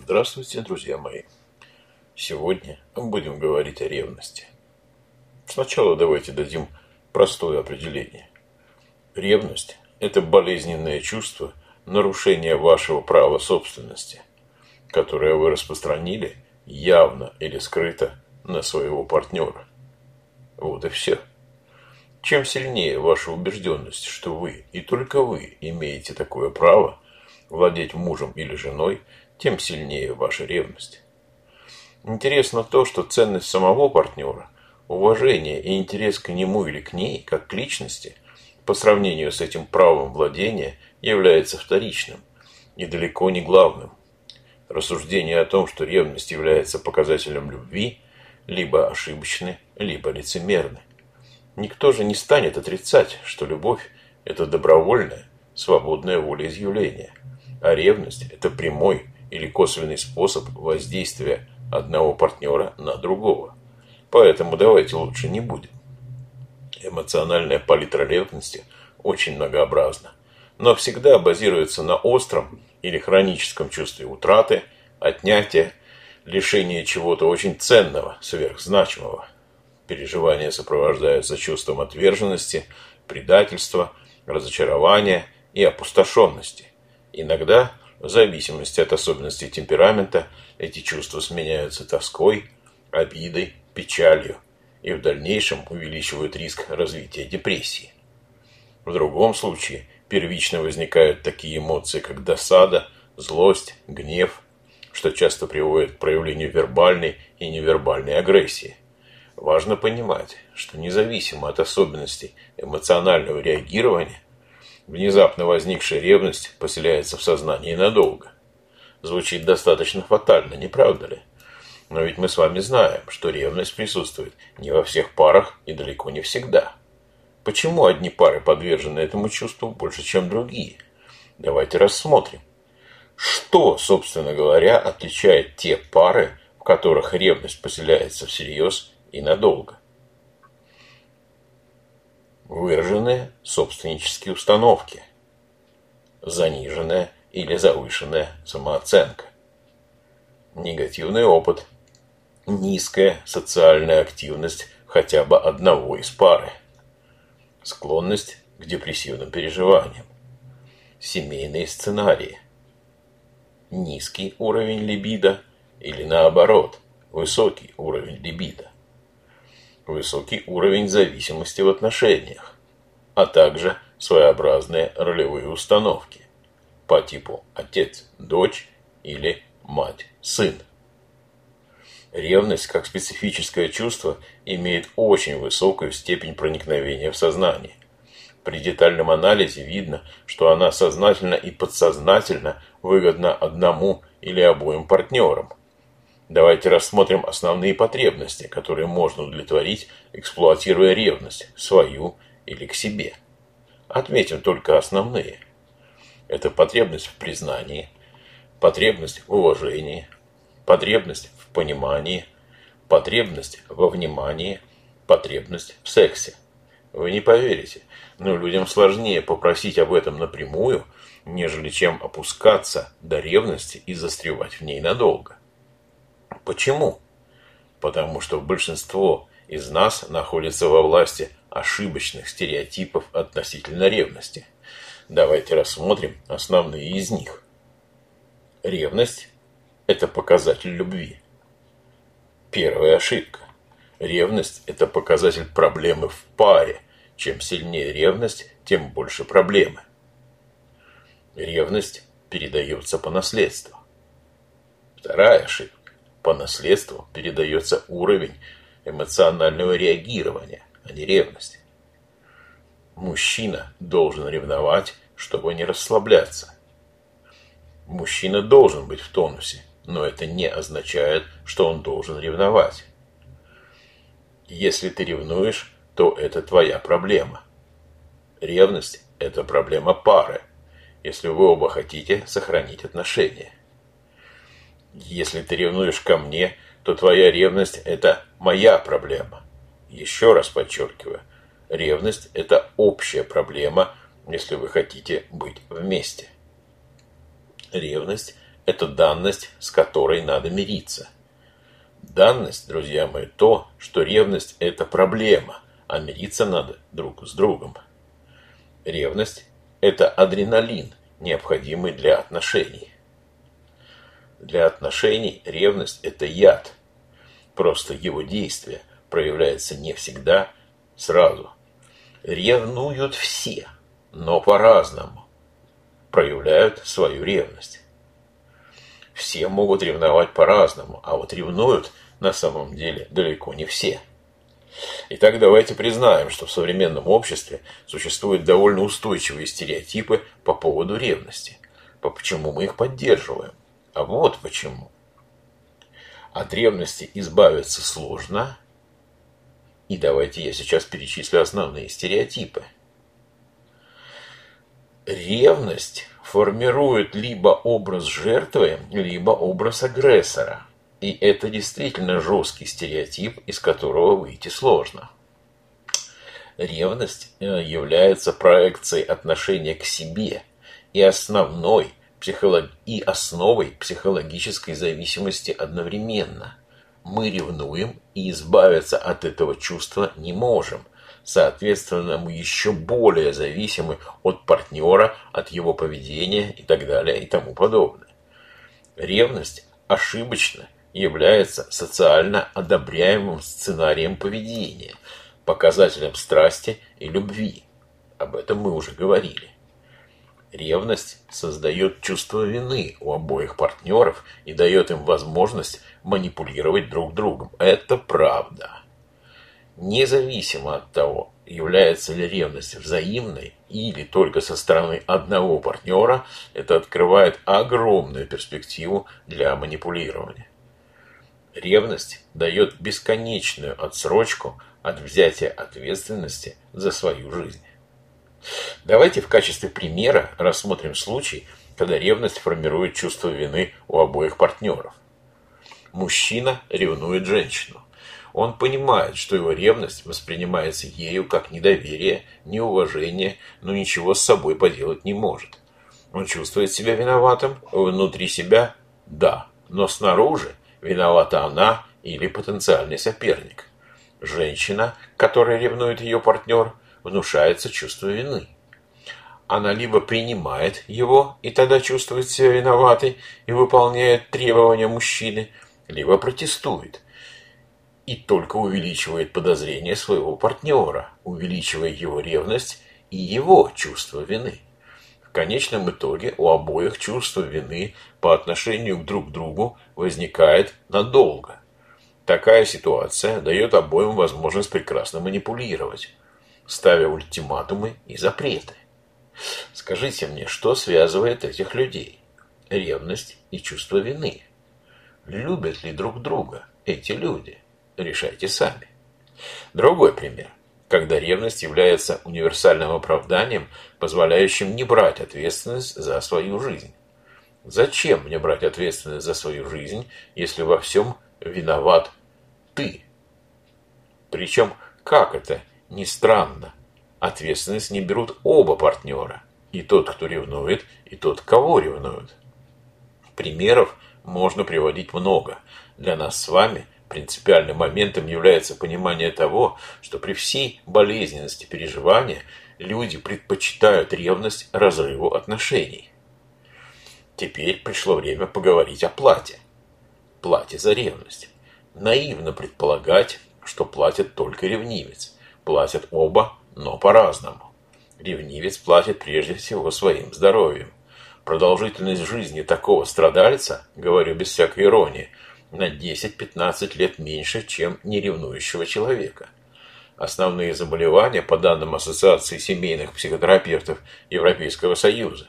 Здравствуйте, друзья мои. Сегодня мы будем говорить о ревности. Сначала давайте дадим простое определение. Ревность – это болезненное чувство нарушения вашего права собственности, которое вы распространили явно или скрыто на своего партнера. Вот и все. Чем сильнее ваша убежденность, что вы и только вы имеете такое право владеть мужем или женой, тем сильнее ваша ревность. Интересно то, что ценность самого партнера, уважение и интерес к нему или к ней, как к личности, по сравнению с этим правом владения, является вторичным и далеко не главным. Рассуждения о том, что ревность является показателем любви, либо ошибочны, либо лицемерны. Никто же не станет отрицать, что любовь – это добровольное, свободное волеизъявление, а ревность – это прямой или косвенный способ воздействия одного партнера на другого. Поэтому давайте лучше не будем. Эмоциональная палитра ревности очень многообразна, но всегда базируется на остром или хроническом чувстве утраты, отнятия, лишения чего-то очень ценного, сверхзначимого. Переживания сопровождаются чувством отверженности, предательства, разочарования и опустошенности. Иногда, в зависимости от особенностей темперамента, эти чувства сменяются тоской, обидой, печалью и в дальнейшем увеличивают риск развития депрессии. В другом случае первично возникают такие эмоции, как досада, злость, гнев, что часто приводит к проявлению вербальной и невербальной агрессии. Важно понимать, что независимо от особенностей эмоционального реагирования, внезапно возникшая ревность поселяется в сознании надолго. Звучит достаточно фатально, не правда ли? Но ведь мы с вами знаем, что ревность присутствует не во всех парах и далеко не всегда. Почему одни пары подвержены этому чувству больше, чем другие? Давайте рассмотрим. Что, собственно говоря, отличает те пары, в которых ревность поселяется всерьез и надолго? Выраженные собственнические установки, заниженная или завышенная самооценка, негативный опыт, низкая социальная активность хотя бы одного из пары, склонность к депрессивным переживаниям, семейные сценарии, низкий уровень либидо или наоборот, высокий уровень либидо, высокий уровень зависимости в отношениях, а также своеобразные ролевые установки по типу отец-дочь или мать-сын. Ревность, как специфическое чувство, имеет очень высокую степень проникновения в сознание. При детальном анализе видно, что она сознательно и подсознательно выгодна одному или обоим партнерам. Давайте рассмотрим основные потребности, которые можно удовлетворить, эксплуатируя ревность, свою или к себе. Отметим только основные. Это потребность в признании, потребность в уважении, потребность в понимании, потребность во внимании, потребность в сексе. Вы не поверите, но людям сложнее попросить об этом напрямую, нежели чем опускаться до ревности и застревать в ней надолго. Почему? Потому что большинство из нас находится во власти ошибочных стереотипов относительно ревности. Давайте рассмотрим основные из них. Ревность – это показатель любви. Первая ошибка. Ревность – это показатель проблемы в паре. Чем сильнее ревность, тем больше проблемы. Ревность передается по наследству. Вторая ошибка. По наследству передается уровень эмоционального реагирования, а не ревности. Мужчина должен ревновать, чтобы не расслабляться. Мужчина должен быть в тонусе, но это не означает, что он должен ревновать. Если ты ревнуешь, то это твоя проблема. Ревность – это проблема пары, если вы оба хотите сохранить отношения. Если ты ревнуешь ко мне, то твоя ревность – это моя проблема. Еще раз подчеркиваю, ревность – это общая проблема, если вы хотите быть вместе. Ревность Это данность, с которой надо мириться. Данность, друзья мои, то, что ревность – это проблема, а мириться надо друг с другом. Ревность – это адреналин, необходимый для отношений. Для отношений ревность – это яд. Просто его действие проявляется не всегда сразу. Ревнуют все, но по-разному проявляют свою ревность. Все могут ревновать по-разному, а вот ревнуют на самом деле далеко не все. Итак, давайте признаем, что в современном обществе существуют довольно устойчивые стереотипы по поводу ревности. Почему мы их поддерживаем? А вот почему. От ревности избавиться сложно. И давайте я сейчас перечислю основные стереотипы. Ревность формирует либо образ жертвы, либо образ агрессора. И это действительно жесткий стереотип, из которого выйти сложно. Ревность является проекцией отношения к себе и основой психологической зависимости одновременно. Мы ревнуем и избавиться от этого чувства не можем. Соответственно, мы еще более зависимы от партнера, от его поведения и так далее и тому подобное. Ревность ошибочно является социально одобряемым сценарием поведения, показателем страсти и любви. Об этом мы уже говорили. Ревность создает чувство вины у обоих партнеров и дает им возможность манипулировать друг другом. Это правда. Независимо от того, является ли ревность взаимной или только со стороны одного партнера, это открывает огромную перспективу для манипулирования. Ревность дает бесконечную отсрочку от взятия ответственности за свою жизнь. Давайте в качестве примера рассмотрим случай, когда ревность формирует чувство вины у обоих партнеров. Мужчина ревнует женщину. Он понимает, что его ревность воспринимается ею как недоверие, неуважение, но ничего с собой поделать не может. Он чувствует себя виноватым, внутри себя – да, но снаружи виновата она или потенциальный соперник. Женщина, которой ревнует ее партнер, внушается чувство вины. Она либо принимает его и тогда чувствует себя виноватой и выполняет требования мужчины, либо протестует и только увеличивает подозрения своего партнера, увеличивая его ревность и его чувство вины. В конечном итоге у обоих чувство вины по отношению друг к другу возникает надолго. Такая ситуация дает обоим возможность прекрасно манипулировать, ставя ультиматумы и запреты. Скажите мне, что связывает этих людей? Ревность и чувство вины. Любят ли друг друга эти люди? Решайте сами. Другой пример. Когда ревность является универсальным оправданием, позволяющим не брать ответственность за свою жизнь. Зачем мне брать ответственность за свою жизнь, если во всем виноват ты? Причем, как это ни странно, ответственность не берут оба партнера. И тот, кто ревнует, и тот, кого ревнуют. Примеров можно приводить много. Для нас с вами принципиальным моментом является понимание того, что при всей болезненности переживания люди предпочитают ревность разрыву отношений. Теперь пришло время поговорить о плате. Плате за ревность. Наивно предполагать, что платит только ревнивец. Платят оба, но по-разному. Ревнивец платит прежде всего своим здоровьем. Продолжительность жизни такого страдальца, говорю без всякой иронии, на 10-15 лет меньше, чем неревнующего человека. Основные заболевания, по данным Ассоциации семейных психотерапевтов Европейского Союза,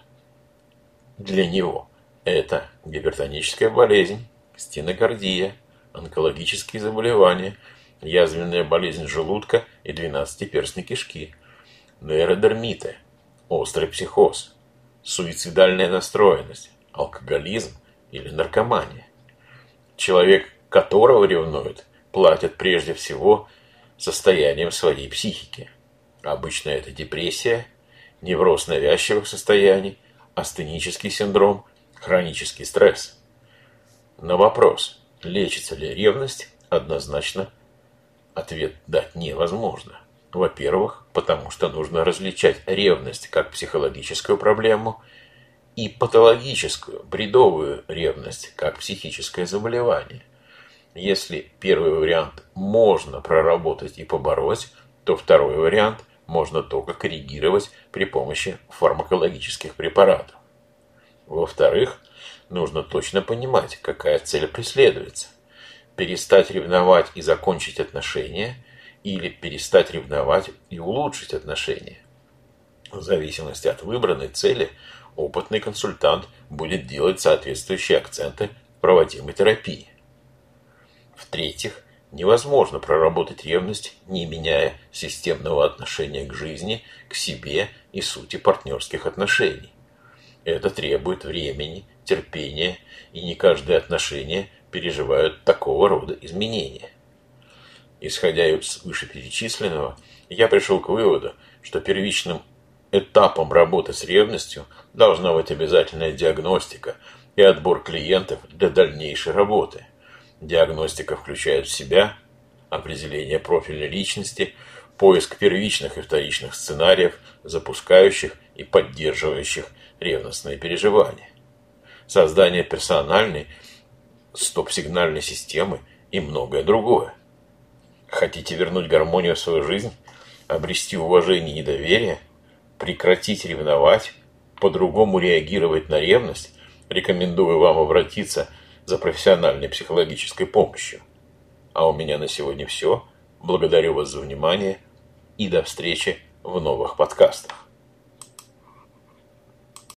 для него это гипертоническая болезнь, стенокардия, онкологические заболевания, язвенная болезнь желудка и двенадцатиперстной кишки, нейродермиты, острый психоз, суицидальная настроенность, алкоголизм или наркомания. Человек, которого ревнуют, платит прежде всего состоянием своей психики. Обычно это депрессия, невроз навязчивых состояний, астенический синдром, хронический стресс. На вопрос, лечится ли ревность, однозначно ответ дать невозможно. Во-первых, потому что нужно различать ревность как психологическую проблему и патологическую, бредовую ревность как психическое заболевание. Если первый вариант можно проработать и побороть, то второй вариант можно только коррегировать при помощи фармакологических препаратов. Во-вторых, нужно точно понимать, какая цель преследуется. Перестать ревновать и закончить отношения или перестать ревновать и улучшить отношения. В зависимости от выбранной цели, опытный консультант будет делать соответствующие акценты в проводимой терапии. В-третьих, невозможно проработать ревность, не меняя системного отношения к жизни, к себе и сути партнерских отношений. Это требует времени, терпения, и не каждое отношение переживают такого рода изменения. Исходя из вышеперечисленного, я пришел к выводу, что первичным этапом работы с ревностью должна быть обязательная диагностика и отбор клиентов для дальнейшей работы. Диагностика включает в себя определение профиля личности, поиск первичных и вторичных сценариев, запускающих и поддерживающих ревностные переживания, создание персональной стоп-сигнальной системы и многое другое. Хотите вернуть гармонию в свою жизнь, обрести уважение и доверие, прекратить ревновать, по-другому реагировать на ревность? Рекомендую вам обратиться за профессиональной психологической помощью. А у меня на сегодня все. Благодарю вас за внимание и до встречи в новых подкастах.